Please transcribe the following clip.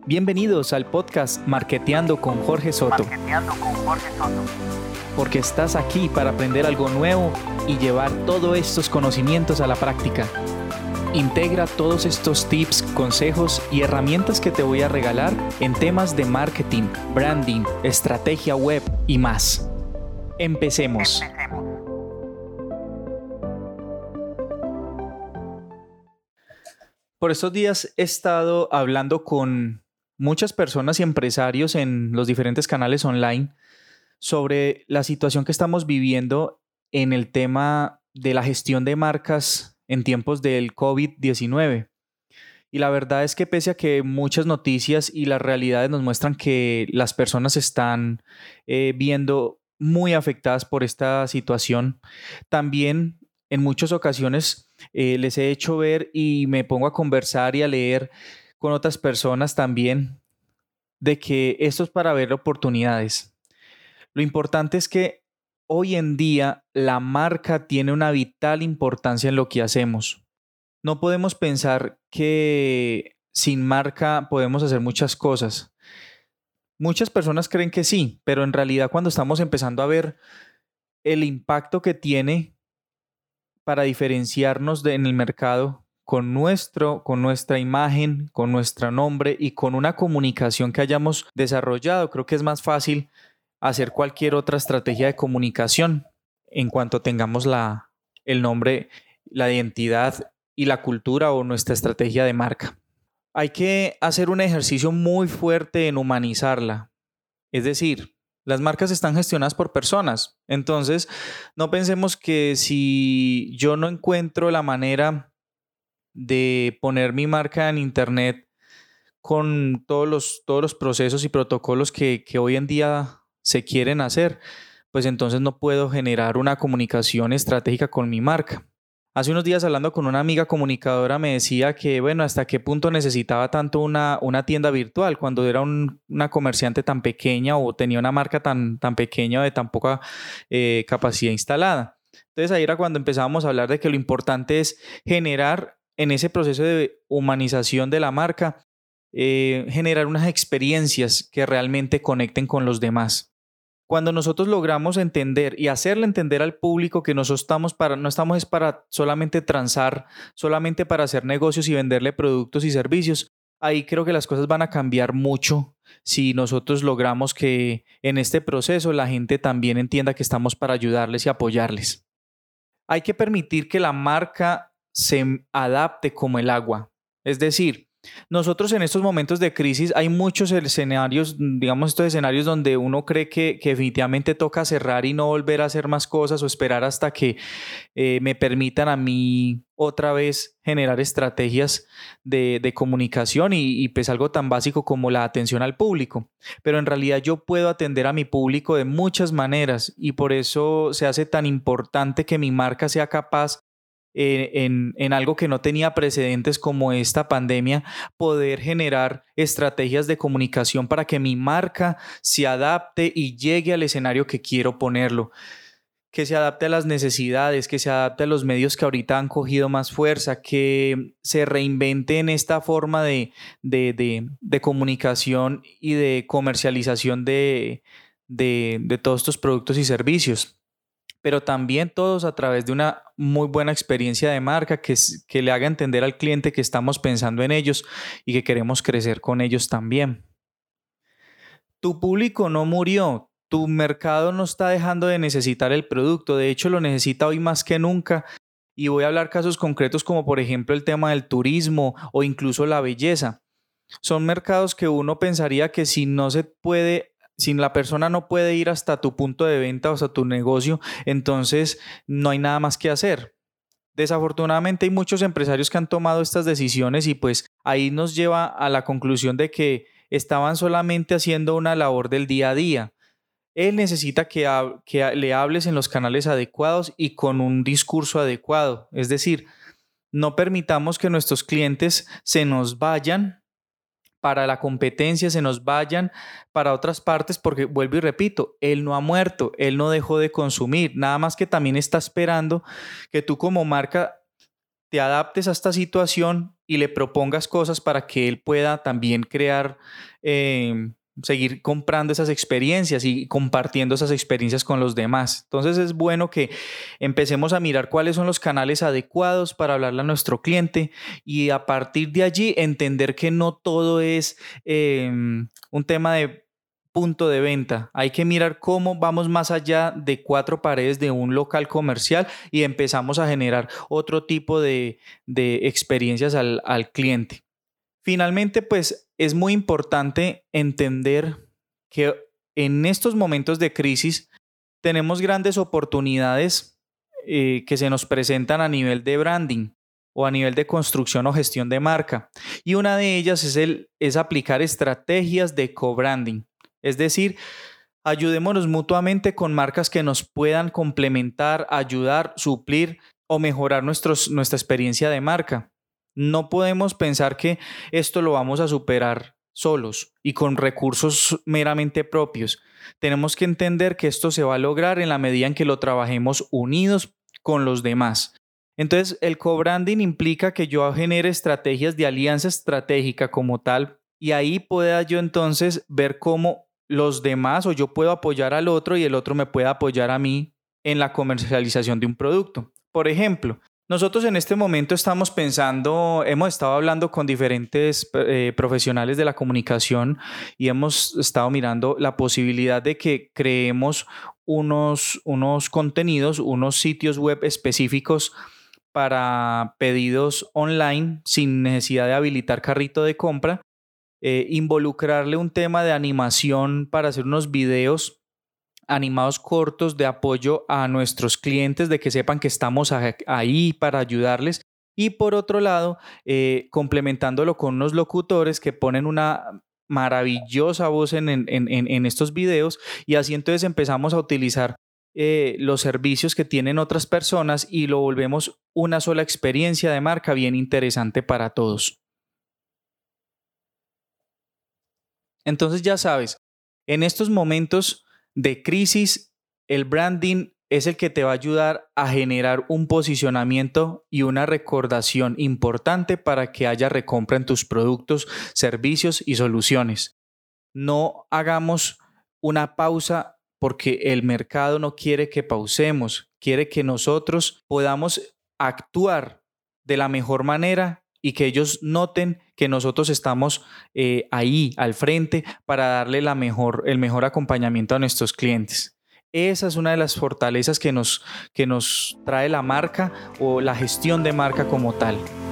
Bienvenidos al podcast Marketeando con Jorge Soto. Porque estás aquí para aprender algo nuevo y llevar todos estos conocimientos a la práctica. Integra todos estos tips, consejos y herramientas que te voy a regalar en temas de marketing, branding, estrategia web y más. Empecemos. Por estos días he estado hablando con muchas personas y empresarios en los diferentes canales online sobre la situación que estamos viviendo en el tema de la gestión de marcas en tiempos del COVID-19. Y la verdad es que pese a que muchas noticias y las realidades nos muestran que las personas están viendo muy afectadas por esta situación, también en muchas ocasiones les he hecho ver y me pongo a conversar y a leer con otras personas también de que esto es para ver oportunidades. Lo importante es que hoy en día la marca tiene una vital importancia en lo que hacemos. No podemos pensar que sin marca podemos hacer muchas cosas. Muchas personas creen que sí, pero en realidad cuando estamos empezando a ver el impacto que tiene para diferenciarnos en el mercado con nuestra imagen, con nuestro nombre y con una comunicación que hayamos desarrollado, creo que es más fácil hacer cualquier otra estrategia de comunicación en cuanto tengamos el nombre, la identidad y la cultura o nuestra estrategia de marca. Hay que hacer un ejercicio muy fuerte en humanizarla. Es decir, las marcas están gestionadas por personas. Entonces, no pensemos que si yo no encuentro la manera de poner mi marca en internet con todos los procesos y protocolos que hoy en día se quieren hacer, pues entonces no puedo generar una comunicación estratégica con mi marca. Hace unos días hablando con una amiga comunicadora me decía que, bueno, hasta qué punto necesitaba tanto una tienda virtual cuando era una comerciante tan pequeña o tenía una marca tan pequeña o de tan poca capacidad instalada. Entonces ahí era cuando empezábamos a hablar de que lo importante es generar en ese proceso de humanización de la marca, generar unas experiencias que realmente conecten con los demás. Cuando nosotros logramos entender y hacerle entender al público que no estamos para solamente transar, solamente para hacer negocios y venderle productos y servicios, ahí creo que las cosas van a cambiar mucho si nosotros logramos que en este proceso la gente también entienda que estamos para ayudarles y apoyarles. Hay que permitir que la marca se adapte como el agua. Es decir, nosotros en estos momentos de crisis hay muchos escenarios, digamos estos escenarios donde uno cree que definitivamente toca cerrar y no volver a hacer más cosas o esperar hasta que me permitan a mí otra vez generar estrategias de comunicación y pues algo tan básico como la atención al público. Pero en realidad yo puedo atender a mi público de muchas maneras y por eso se hace tan importante que mi marca sea capaz en algo que no tenía precedentes como esta pandemia, poder generar estrategias de comunicación para que mi marca se adapte y llegue al escenario que quiero ponerlo, que se adapte a las necesidades, que se adapte a los medios que ahorita han cogido más fuerza, que se reinvente en esta forma de comunicación y de comercialización de todos estos productos y servicios. Pero también todos a través de una muy buena experiencia de marca que le haga entender al cliente que estamos pensando en ellos y que queremos crecer con ellos también. Tu público no murió, tu mercado no está dejando de necesitar el producto, de hecho lo necesita hoy más que nunca. Y voy a hablar casos concretos como por ejemplo el tema del turismo o incluso la belleza. Son mercados que uno pensaría que si la persona no puede ir hasta tu punto de venta o hasta tu negocio, entonces no hay nada más que hacer. Desafortunadamente hay muchos empresarios que han tomado estas decisiones y pues ahí nos lleva a la conclusión de que estaban solamente haciendo una labor del día a día. Él necesita que le hables en los canales adecuados y con un discurso adecuado. Es decir, no permitamos que nuestros clientes se nos vayan para la competencia, se nos vayan para otras partes, porque vuelvo y repito, él no ha muerto, él no dejó de consumir, nada más que también está esperando que tú como marca te adaptes a esta situación y le propongas cosas para que él pueda también crear, seguir comprando esas experiencias y compartiendo esas experiencias con los demás. Entonces es bueno que empecemos a mirar cuáles son los canales adecuados para hablarle a nuestro cliente y a partir de allí entender que no todo es un tema de punto de venta. Hay que mirar cómo vamos más allá de cuatro paredes de un local comercial y empezamos a generar otro tipo de experiencias al cliente. Finalmente, pues es muy importante entender que en estos momentos de crisis tenemos grandes oportunidades que se nos presentan a nivel de branding o a nivel de construcción o gestión de marca. Y una de ellas es aplicar estrategias de co-branding. Es decir, ayudémonos mutuamente con marcas que nos puedan complementar, ayudar, suplir o mejorar nuestra experiencia de marca. No podemos pensar que esto lo vamos a superar solos y con recursos meramente propios. Tenemos que entender que esto se va a lograr en la medida en que lo trabajemos unidos con los demás. Entonces, el co-branding implica que yo genere estrategias de alianza estratégica como tal y ahí pueda yo entonces ver cómo los demás o yo puedo apoyar al otro y el otro me puede apoyar a mí en la comercialización de un producto. Por ejemplo, nosotros en este momento estamos pensando, hemos estado hablando con diferentes profesionales de la comunicación y hemos estado mirando la posibilidad de que creemos unos contenidos, unos sitios web específicos para pedidos online sin necesidad de habilitar carrito de compra, involucrarle un tema de animación para hacer unos videos animados cortos de apoyo a nuestros clientes, de que sepan que estamos ahí para ayudarles. Y por otro lado, complementándolo con unos locutores que ponen una maravillosa voz en estos videos y así entonces empezamos a utilizar los servicios que tienen otras personas y lo volvemos una sola experiencia de marca bien interesante para todos. Entonces ya sabes, en estos momentos de crisis, el branding es el que te va a ayudar a generar un posicionamiento y una recordación importante para que haya recompra en tus productos, servicios y soluciones. No hagamos una pausa porque el mercado no quiere que pausemos, quiere que nosotros podamos actuar de la mejor manera y que ellos noten que nosotros estamos ahí al frente para darle el mejor acompañamiento a nuestros clientes. Esa es una de las fortalezas que nos trae la marca o la gestión de marca como tal.